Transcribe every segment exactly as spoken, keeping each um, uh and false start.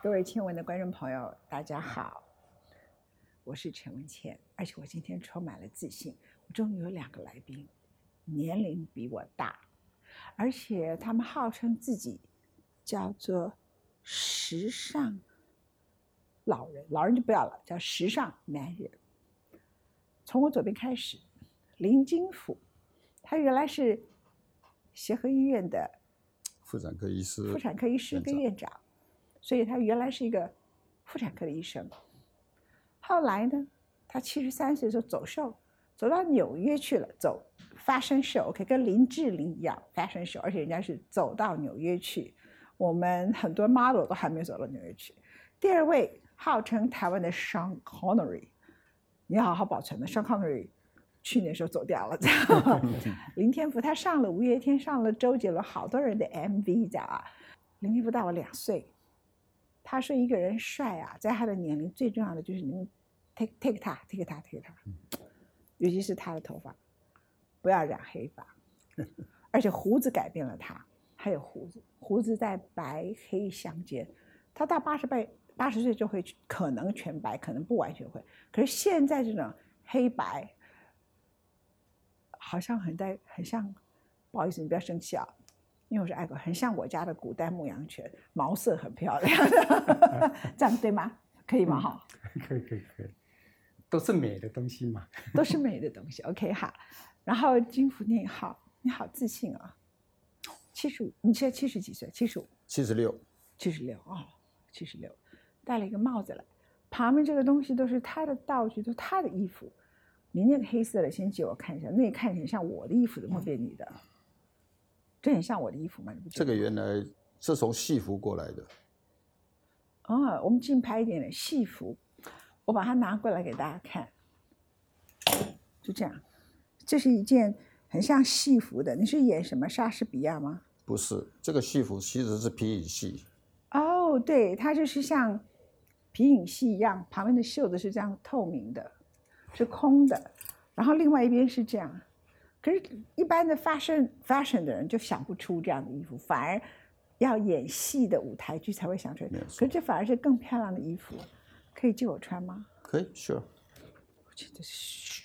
各位亲文的观众朋友，大家好，我是陈文茜，而且我今天充满了自信，我终于有两个来宾，年龄比我大，而且他们号称自己叫做时尚老人，老人就不要了，叫时尚男人。从我左边开始，林金甫，他原来是协和医院的妇产科医师， 妇产科医师跟院长，所以他原来是一个妇产科的医生。后来呢，他七十三岁的时候走秀，走到纽约去了，走 fashion show，OK， 跟林志玲一样 fashion show， 而且人家是走到纽约去，我们很多 model 都还没有走到纽约去。第二位号称台湾的 Sean Connery， 你好好保存的 Sean Connery。去年时候走掉了，这样。林天福他上了五月天，上了周杰伦，好多人的 M V， 这样啊。林天福大我两岁，他说一个人帅啊，在他的年龄最重要的就是你 take take 他 take 他 take 他，尤其是他的头发，不要染黑发，而且胡子改变了他，还有胡子，胡子在白黑相间，他到八十八八十岁就会可能全白，可能不完全会，可是现在这种黑白。好像很带很像，不好意思，你不要生气啊，因为我是爱狗，很像我家的古代牧羊犬，毛色很漂亮的，这样对吗？可以吗？哈、 嗯，可以可以可以，都是美的东西嘛， 都是美的东西。OK， 好。然后金福你好，你好自信啊，七十五，你现在七十几岁？七十五？ 七十六， 七十六哦，七十六，戴了一个帽子来，旁边这个东西都是他的道具，都是他的衣服。你那个黑色的，先借我看一下，那看起来像我的衣服，怎么变你的？这很像我的衣服吗？你不觉得？ 这个原来是从戏服过来的。 哦，我们近拍一点点戏服，我把它拿过来给大家看，就这样，这是一件很像戏服的。你是演什么莎士比亚吗？ 不是，这个戏服其实是皮影戏。 哦，对，它就是像皮影戏一样，旁边的袖子是这样透明的。是空的，然后另外一边是这样，可是，一般的 fashion fashion 的人就想不出这样的衣服，反而要演戏的舞台剧才会想出来。可是这反而是更漂亮的衣服，可以借我穿吗？ 可以 ，sure。 我觉得是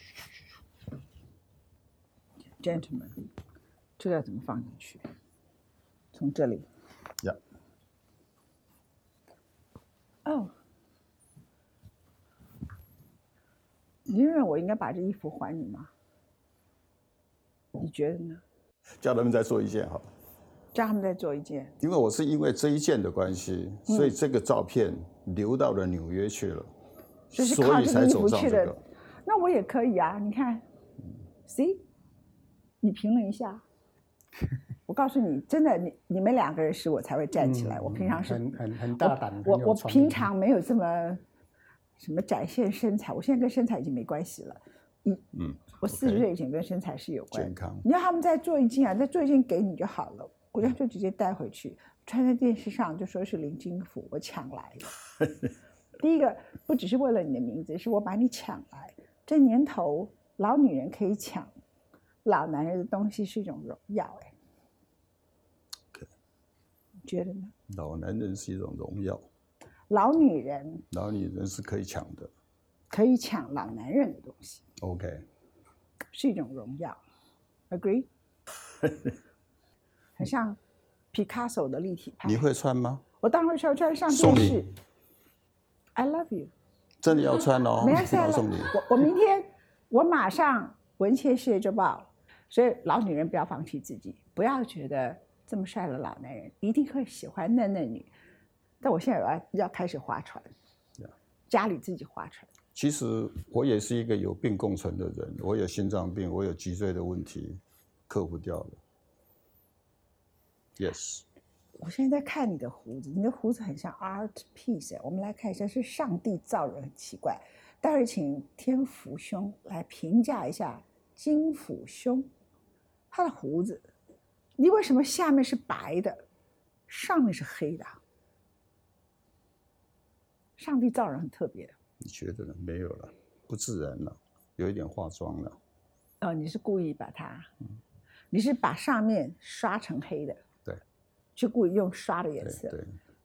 ，gentlemen， 这个要怎么放进去？从这里。 呀。 哦。你认为我应该把这衣服还你吗？你觉得呢？ 叫他们再做一件好。 叫他们再做一件。 因为我是因为这一件的关系，所以这个照片流到了纽约去了， 就是所以才走上这个。 那我也可以啊，你看 ，see， 你评论一下。我告诉你，真的，你你们两个人是我才会站起来。嗯、我平常是很很很大胆， 我我平常没有这么。什么展现身材？我现在跟身材已经没关系了。嗯嗯，我四十岁以前跟身材是有关。 健康。 你要他们再做一件啊，再做一件给你就好了，我就直接带回去，穿在电视上就说是林金甫，我抢来的。第一个不只是为了你的名字，是我把你抢来。这年头，老女人可以抢，老男人的东西是一种荣耀、欸，哎。 Okay. 你觉得呢？ 老男人是一种荣耀。 老女人， 老女人是可以抢的， 可以抢老男人的东西。 OK， 是一种荣耀 ，agree？ 很像 Picasso 的立体派。 你会穿吗？ 我当然会穿，穿上电视。I love you。 真的要穿哦， 没关系， 我送你。 我我明天我马上文茜世界周报，所以老女人不要放弃自己，不要觉得这么帅的老男人一定会喜欢嫩嫩女。但我现在要要开始划船， yeah. 家里自己划船。 其实我也是一个有病共存的人，我有心脏病，我有脊椎的问题，克服掉了。Yes。 我现在在看你的胡子，你的胡子很像 art piece。我们来看一下，是上帝造人，很奇怪。待会儿请天福兄来评价一下金甫兄他的胡子，你为什么下面是白的，上面是黑的？上帝造人很特别。 你觉得呢？没有了，不自然了，有一点化妆了。 哦，你是故意把它，嗯、你是把上面刷成黑的， 对， 就故意用刷的颜色。 对，对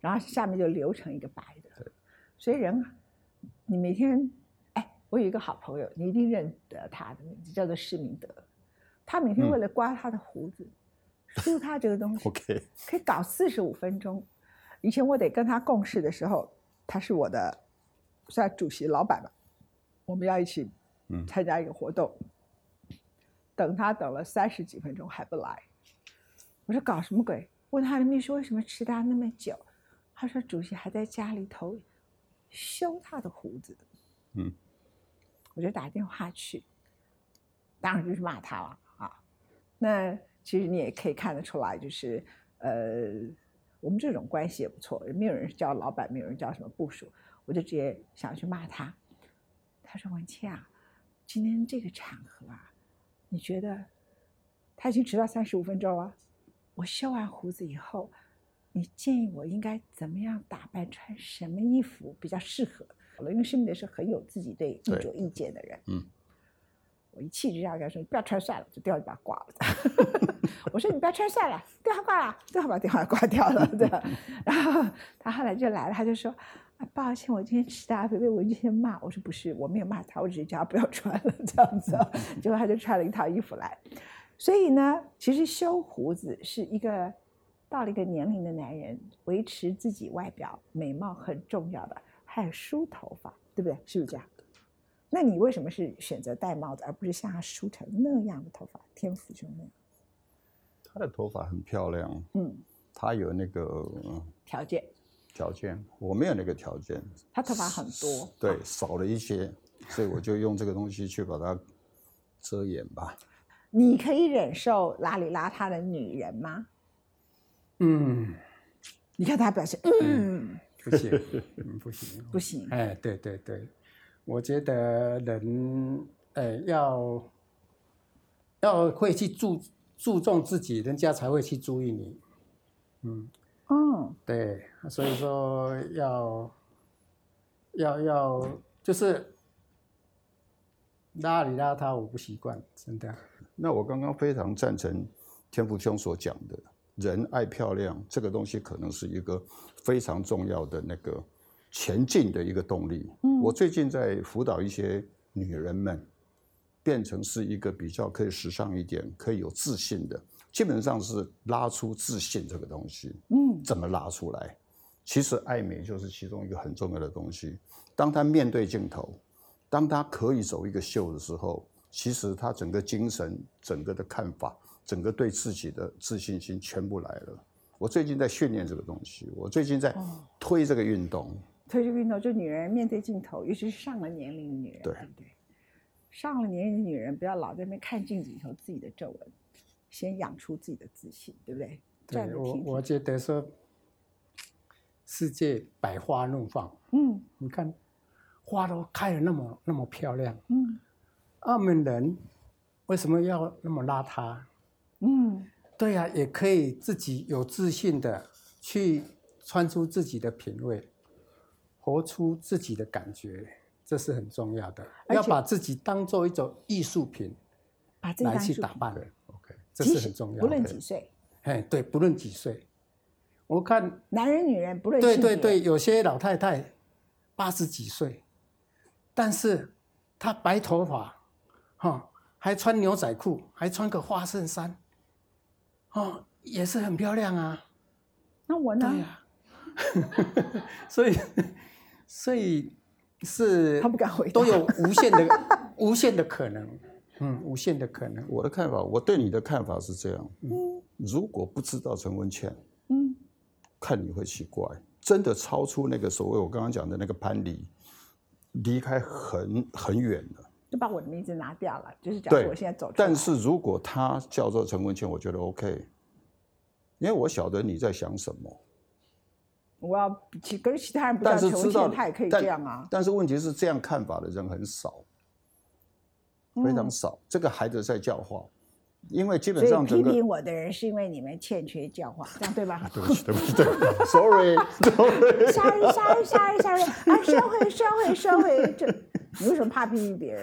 然后下面就留成一个白的。所以人，你每天，哎，我有一个好朋友，你一定认得他的名字，叫做施明德。他每天为了刮他的胡子，梳、嗯、他这个东西 ，OK， 可以搞四十五分钟。以前我得跟他共事的时候，他是我的算主席老板吧，我们要一起参加一个活动，嗯、等他等了三十几分钟还不来，我说搞什么鬼？问他的秘书为什么迟他那么久，他说主席还在家里头修他的胡子。 嗯， 我就打电话去，当然就是骂他了啊。那其实你也可以看得出来，就是呃，我们这种关系也不错，没有人叫老板，没有人叫什么部属，我就直接想去骂他。他说：“文倩啊，今天这个场合啊，你觉得他已经迟到三十五分钟了？我修完胡子以后，你建议我应该怎么样打扮，穿什么衣服比较适合？”因为施明德是很有自己对衣着意见的人，嗯，我一气之下跟他说：“不要穿算了，就电话就把他挂了。”我说：“你不要穿算了，电话挂了。”电话把电话挂掉了，对。然后他后来就来了，他就说：“啊，抱歉，我今天迟到，被被文倩骂。”我说：“不是，我没有骂他，我只是叫他不要穿了这样子。”结果他就穿了一套衣服来。所以呢，其实修胡子是一个到了一个年龄的男人维持自己外表美貌很重要的。还有梳头发，对不对？是不是这样？那你为什么是选择戴帽子，而不是像他梳成那样的头发？天福兄那样， 他的头发很漂亮，嗯，他有那个条件， 条件，我没有那个条件。 他头发很多， 对，少了一些，所以我就用这个东西去把它遮掩吧。 你可以忍受邋里邋遢的女人吗？ 嗯， 你看他表现，嗯。嗯不行，嗯，不行， 不行。 哎，对对对，我觉得人，哎，要要会去注注重自己，人家才会去注意你。嗯， 哦， 对，所以说要要要就是邋里邋遢，我不习惯，真的。 那我刚刚非常赞成天福兄所讲的。人爱漂亮，这个东西可能是一个非常重要的那个前进的一个动力。嗯，我最近在辅导一些女人们，变成是一个比较可以时尚一点、可以有自信的，基本上是拉出自信这个东西。嗯，怎么拉出来？其实爱美就是其中一个很重要的东西。当她面对镜头，当她可以走一个秀的时候，其实她整个精神、整个的看法。整个对自己的自信心全部来了。我最近在训练这个东西，我最近在推这个运动。哦、 推这个运动，就女人面对镜头，尤其是上了年龄的女人， 对对不对？上了年龄的女人，不要老在那边看镜子里头自己的皱纹，先养出自己的自信，对不对？ 对，我我觉得说，世界百花怒放，嗯，你看，花都开得那么那么漂亮，嗯，我们人为什么要那么邋遢？嗯，对呀、啊，也可以自己有自信的去穿出自己的品味，活出自己的感觉，这是很重要的。要把自己当做一种艺术品， 把自己来去打扮。 OK， 这是很重要的。 不论几岁， 哎，对，不论几岁，我看男人女人不论对对对，有些老太太八十几岁，但是她白头发，哈，还穿牛仔裤，还穿个花衬衫。哦，也是很漂亮啊。 那我呢？ 对呀、啊，所以，所以是他不敢回答， 都有无限的无限的可能，嗯，无限的可能。 我的看法，我对你的看法是这样：嗯，如果不知道陈文茜，嗯，看你会奇怪，真的超出那个所谓我刚刚讲的那个藩篱，离开很很远了。 就把我的名字拿掉了，就是假如我现在走出来。 但是如果他叫做陈文茜，我觉得 OK， 因为我晓得你在想什么。 我要其跟其他人不叫陈文茜，他也可以这样啊。 但, 但是问题是，这样看法的人很少，非常少。嗯、这个还得再教化，因为基本上所以批评我的人是因为你们欠缺教化，这样对吧？ 对不起，对不起，对不起 ，sorry，sorry， sorry，sorry，sorry，sorry， 啊，收回，收回，收回，这你为什么怕批评别人？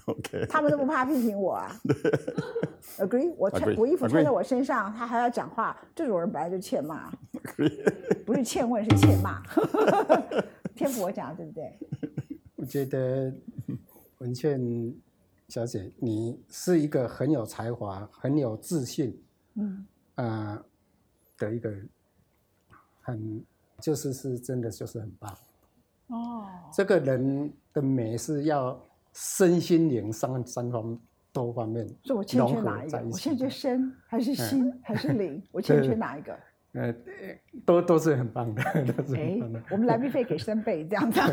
OK， 他们都不怕批评我啊。agree， 我穿 Agree. 我衣服 Agree. 穿在我身上，他还要讲话，这种人本来就欠骂，不是欠问是欠骂。天父我讲的对不对？ 我觉得文茜小姐，你是一个很有才华、很有自信，嗯，呃的一个人，很就是是真的就是很棒。哦，这个人的美是要身心灵三三方多方面所以我欠缺哪一个？我欠缺身还是心、嗯、还是灵？我欠缺哪一个？ 呃，都都是很棒的，都是很棒的。 我们来宾费给三倍这样子。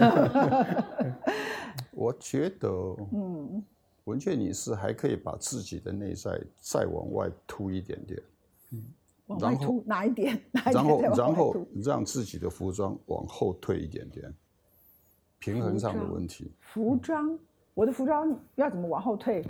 我觉得，嗯，文茜女士还可以把自己的内在再往外凸一点点， 嗯，往外凸哪一点？哪一点然后然后让自己的服装往后退一点点，平衡上的问题。 服装，我的服装要怎么往后退？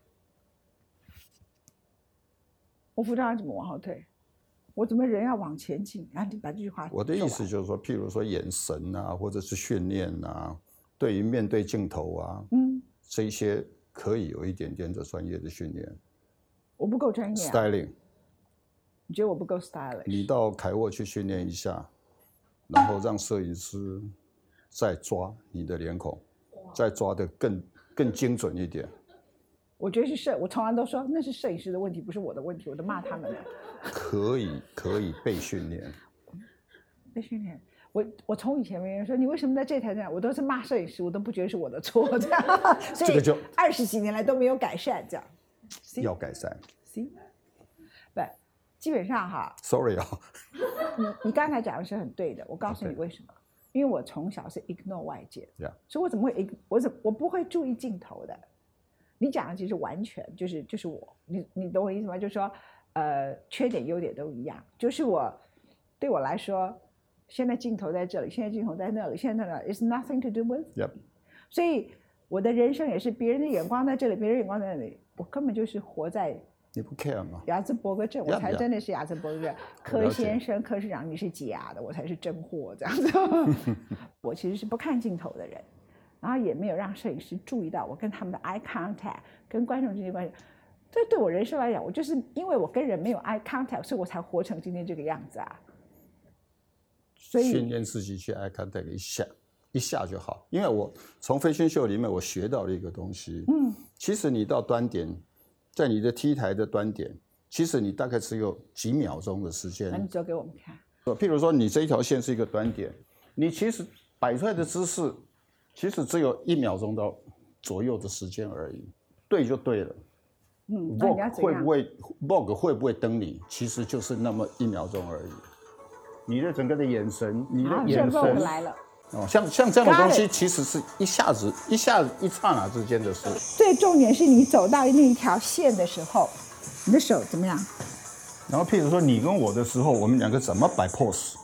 我服装要怎么往后退？我怎么人要往前进？啊，你把这句话。 我的意思就是说，譬如说眼神啊，或者是训练啊，对于面对镜头啊，嗯，这一些可以有一点点的专业的训练。 我不够专业、啊。 Styling。 你觉得我不够 stylish？ 你到凯沃去训练一下，然后让摄影师再抓你的脸孔，再抓得更更精准一点。 我觉得是摄，我从来都说那是摄影师的问题，不是我的问题，我都骂他们了。可以可以被训练， 被训练。我我从以前没人说你为什么在这台这样，我都是骂摄影师，我都不觉得是我的错，这样。所以二十几年来都没有改善，这样。 要改善。 行，不，基本上哈。 Sorry 啊、哦。 你你刚才讲的是很对的，我告诉你为什么？ Okay. 因为我从小是 ignore 外界， yeah. 所以我怎么会我怎我不会注意镜头的。你讲的其实完全就是就是我，你你懂我意思吗？就是说，呃，缺点优点都一样。就是我对我来说，现在镜头在这里，现在镜头在那里，现在那里 is nothing to do with。Yep. 所以我的人生也是别人的眼光在这里，别人眼光在那里，我根本就是活在你不 care 吗？ 雅兹伯格症，我才真的是雅兹伯格症。柯先生、柯市长，你是假的，我才是真货，这样子。我其实是不看镜头的人。然后也没有让摄影师注意到我跟他们的 eye contact， 跟观众之间关系。这对我人生来讲，我就是因为我跟人没有 eye contact， 所以我才活成今天这个样子啊。 所以训练自己去 eye contact 一下，一下就好。因为我从飞行秀里面我学到了一个东西，嗯，其实你到端点，在你的 T 台的端点，其实你大概只有几秒钟的时间。 那你走给我们看。 譬如说，你这一条线是一个端点，你其实摆出来的姿势。其实只有一秒钟到左右的时间而已，对就对了。嗯 ，Vogue 会不会 Vogue 会不会登你？其实就是那么一秒钟而已。你的整个的眼神，你的眼神、 啊、来了。 哦，像像这样的东西，其实是一下子、一下一刹那之间的事。 最重点是你走到那一条线的时候，你的手怎么样？ 然后，譬如说你跟我的时候，我们两个怎么摆 pose？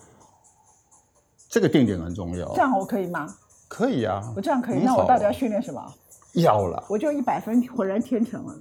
这个定点很重要。 这样我可以吗？ 可以啊， 我这样可以。那我到底要训练什么？ 要了， 我就一百分浑然天成了。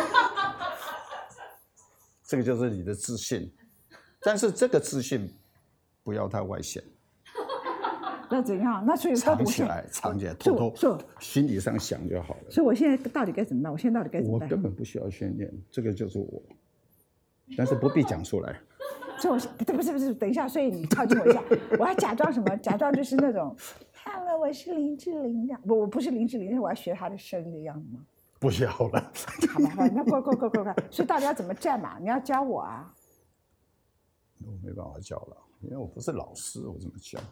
这个就是你的自信，但是这个自信不要太外显。 那怎样？那所以藏起来，藏起来，偷偷心理上想就好了。 所以我现在到底该怎么办？我现在到底该怎么办？ 我根本不需要训练，这个就是我，但是不必讲出来。 所以我不是不是，等一下，所以你靠近我一下，我要假装什么？假装就是那种 ，Hello， 我是林志玲这样。不，我不是林志玲，但是我要学她的声音的样子吗？ 不需要了。 好吧，好，那过过过过过。所以到底要怎么站嘛？你要教我啊。 我没办法教了，因为我不是老师，我怎么教？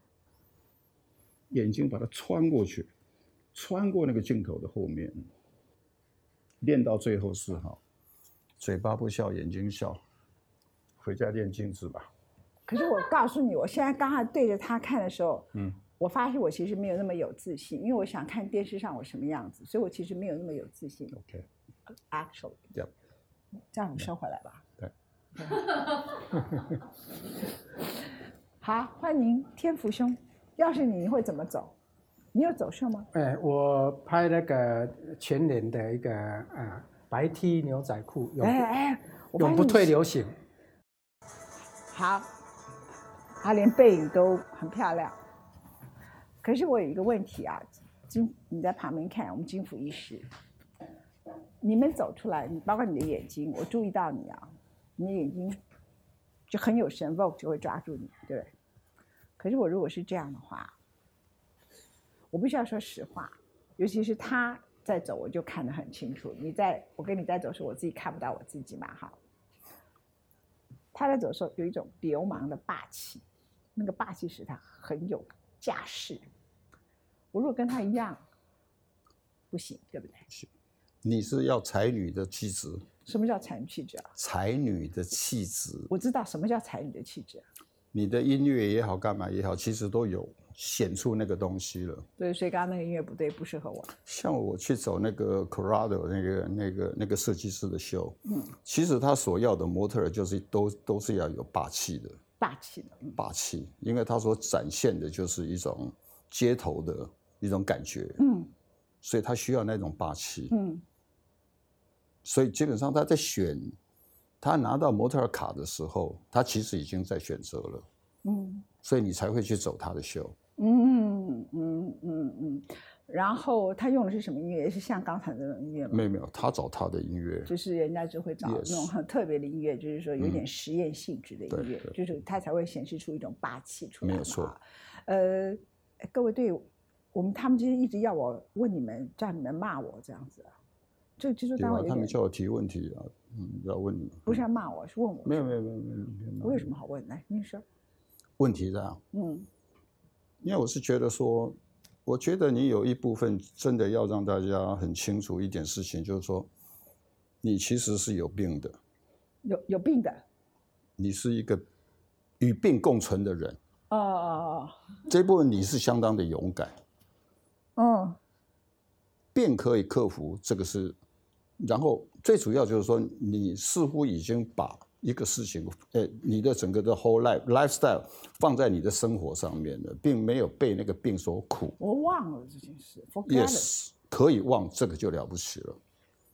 眼睛把它穿过去，穿过那个镜头的后面，练到最后是哈，嘴巴不笑，眼睛笑。回家练镜子吧。 可是我告诉你，我现在刚才对着他看的时候，嗯，我发现我其实没有那么有自信，因为我想看电视上我什么样子，所以我其实没有那么有自信。 OK，Actually，、yep. 这样你收回来吧。 对。 好，欢迎天福兄。要是你，你会怎么走？你有走秀吗？ 哎，我拍那个全脸的一个啊白 T 牛仔裤，永哎哎， 永不退流行。 好，他连背影都很漂亮。可是我有一个问题啊， 金你在旁边看，我们金福医师，你们走出来，你包括你的眼睛，我注意到你啊，你的眼睛就很有神 ，Vogue 就会抓住你，对不对？可是我如果是这样的话，我必须要说实话，尤其是他在走，我就看得很清楚。你在我跟你在走的时候，我自己看不到我自己嘛，哈。他在走的时候有一种流氓的霸气，那个霸气使他很有架势。我如果跟他一样，不行，对不对？ 你是要才女的气质。 什么叫才女气质啊？ 才女的气质， 我知道什么叫才女的气质。 你的音乐也好，干嘛也好，其实都有显出那个东西了。 对，所以刚刚那个音乐不对，不适合我。 像我去走那个 Corrado 那个那个那个设计师的秀，嗯，其实他所要的模特儿就是都都是要有霸气的， 霸气的， 嗯、霸气，因为他所展现的就是一种街头的一种感觉，嗯，所以他需要那种霸气，嗯，所以基本上他在选，他拿到模特儿卡的时候，他其实已经在选择了，嗯，所以你才会去走他的秀。 嗯嗯嗯嗯，然后他用的是什么音乐？也是像刚才那种音乐吗？ 没有没有，他找他的音乐， 就是人家就会找那种很特别的音乐， yes. 就是说有点实验性质的音乐，嗯、就是他才会显示出一种霸气出来。 没有错。 呃，各位队友，我们他们其实一直要我问你们，叫你们骂我这样子啊，这个技术单位有点。 他们叫我提问题啊，嗯，要问你。 不是要骂我，是问我。 没有没有没有没有。 我有什么好问？来，您说。 问题这样，嗯。因为我是觉得说，我觉得你有一部分真的要让大家很清楚一点事情，就是说，你其实是有病的， 有有病的， 你是一个与病共存的人。 哦哦哦， 这部分你是相当的勇敢。 嗯， 病可以克服，这个是，然后最主要就是说，你似乎已经把一个事情，呃，你的整个的 whole life lifestyle 放在你的生活上面了，并没有被那个病所苦。 我忘了这件事 ，yes， 可以忘，这个就了不起了。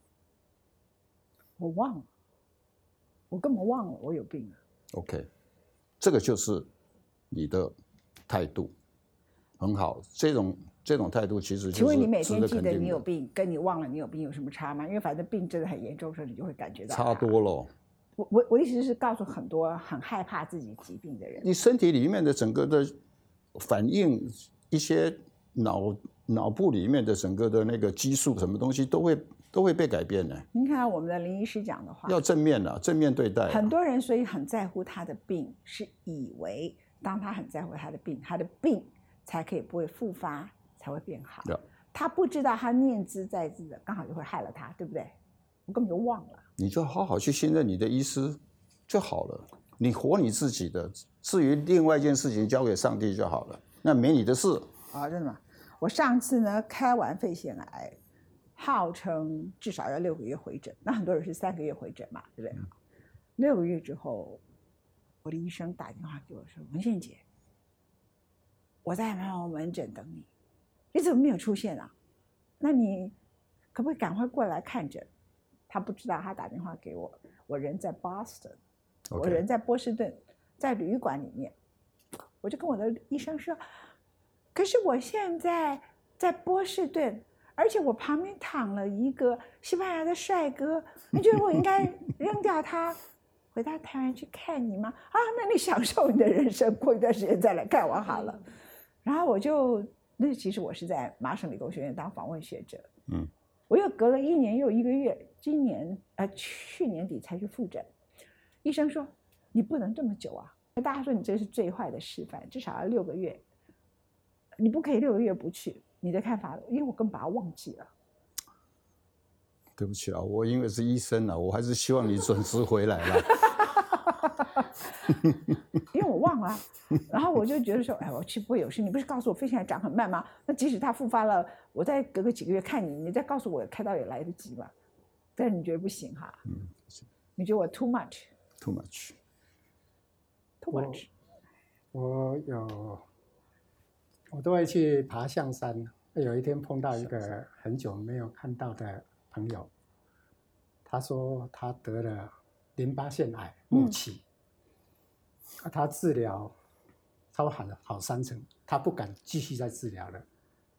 我忘了，我根本忘了我有病了。 OK， 这个就是你的态度，很好。这种这种态度其实就是值得肯定的。 请问你每天记得你有病，跟你忘了你有病有什么差吗？因为反正病真的很严重的时候，你就会感觉到差多了。 我我我的意思是告诉很多很害怕自己疾病的人， 你身体里面的整个的反应，一些脑脑部里面的整个的那个激素什么东西都会都会被改变的。 您看我们的林医师讲的话， 要正面啊，正面对待啊。 很多人所以很在乎他的病，是以为当他很在乎他的病，他的病才可以不会复发，才会变好。他不知道他念兹在兹的，刚好就会害了他，对不对？我根本就忘了。 你就好好去信任你的医师就好了，你活你自己的，至于另外一件事情交给上帝就好了，那没你的事啊，真的吗？我上次呢开完肺腺癌，号称至少要六个月回诊，那很多人是三个月回诊嘛，对不对？嗯、六个月之后，我的医生打电话给我说：“文献姐，我在门诊等你，你怎么没有出现啊？那你可不可以赶快过来看诊？”他不知道，他打电话给我，我人在 Boston， okay. 我人在波士顿，在旅馆里面，我就跟我的医生说，可是我现在在波士顿，而且我旁边躺了一个西班牙的帅哥，你觉得我应该扔掉他，回到台湾去看你吗？啊，那你享受你的人生，过一段时间再来看我好了。然后我就，那其实我是在麻省理工学院当访问学者，嗯。我又隔了一年又一个月，今年呃去年底才去复诊，医生说你不能这么久啊，大家说你这是最坏的示范，至少要六个月，你不可以六个月不去。你的看法？因为我根本把它忘记了。 对不起啊，我因为是医生啊，我还是希望你准时回来啦。 因为我忘了，然后我就觉得说，哎，我去不会有事。你不是告诉我肺腺癌长很慢吗？那即使它复发了，我再隔个几个月看你，你再告诉我开刀也来得及嘛？但是你觉得不行哈？嗯，你觉得我 too much？too much，too much。 我有，我都会去爬象山。有一天碰到一个很久没有看到的朋友，他说他得了淋巴腺癌末期。嗯啊、他治疗，他好了好三成，他不敢继续再治疗了。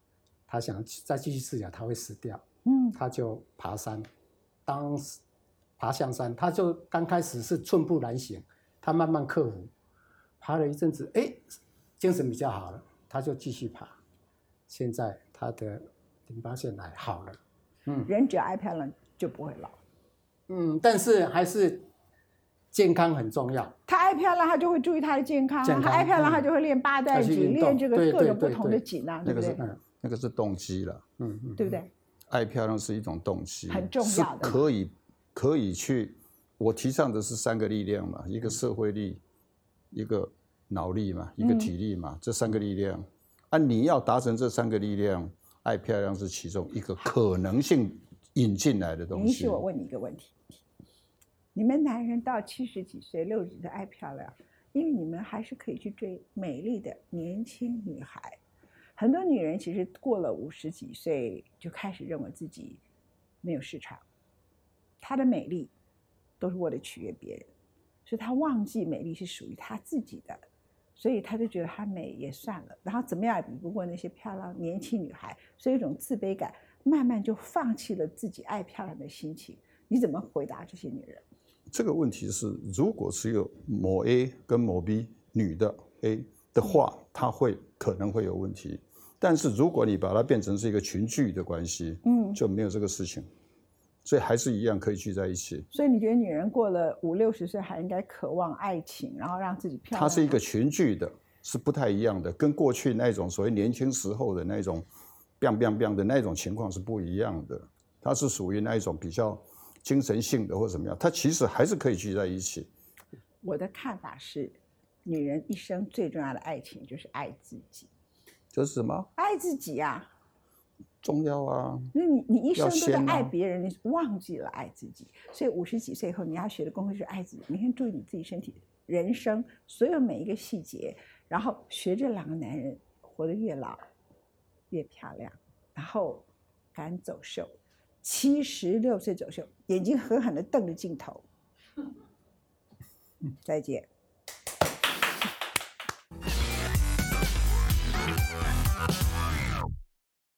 他想再继续治疗，他会死掉。 嗯， 他就爬山，当爬象山，他就刚开始是寸步难行，他慢慢克服，爬了一阵子，哎，精神比较好了，他就继续爬。现在他的淋巴腺癌好了。 嗯，人只要爱漂亮就不会老。 嗯，但是还是健康很重要。 他爱漂亮，他就会注意他的健康；健康他爱漂亮，嗯、他就会练八段锦，练这个各种不同的锦啊，对不对？ 嗯，那个是动机了， 嗯嗯，对不对？ 爱漂亮是一种动机， 很重要的， 是可以可以去。我提倡的是三个力量嘛，一个社会力，一个脑力嘛，一个体力嘛，嗯、这三个力量。啊，你要达成这三个力量，爱漂亮是其中一个可能性引进来的东西。 允许我问你一个问题：你们男人到七十几岁、六十几岁爱漂亮，因为你们还是可以去追美丽的年轻女孩。很多女人其实过了五十几岁就开始认为自己没有市场，她的美丽都是为了取悦别人，所以她忘记美丽是属于她自己的，所以她就觉得她美也算了，然后怎么样也比不过那些漂亮年轻女孩，所以一种自卑感，慢慢就放弃了自己爱漂亮的心情。你怎么回答这些女人？ 这个问题是，如果只有某 A 跟某 B 女的 A 的话，她会可能会有问题。但是如果你把它变成是一个群聚的关系，嗯，就没有这个事情，所以还是一样可以聚在一起。 所以你觉得女人过了五六十岁还应该渴望爱情，然后让自己漂亮？ 它是一个群聚的，是不太一样的，跟过去那种所谓年轻时候的那种 biang biang biang 的那种情况是不一样的。它是属于那一种比较精神性的或怎么样，它其实还是可以聚在一起。 我的看法是，女人一生最重要的爱情就是爱自己。 就是什么？ 爱自己啊， 重要啊。 因为你你一生都在爱别人，啊、你忘记了爱自己。所以五十几岁以后，你要学的功课是爱自己。每天注意你自己身体、人生所有每一个细节，然后学这两个男人活得越老越漂亮，然后敢走秀。七十六岁走秀，眼睛狠狠地瞪着镜头。再见。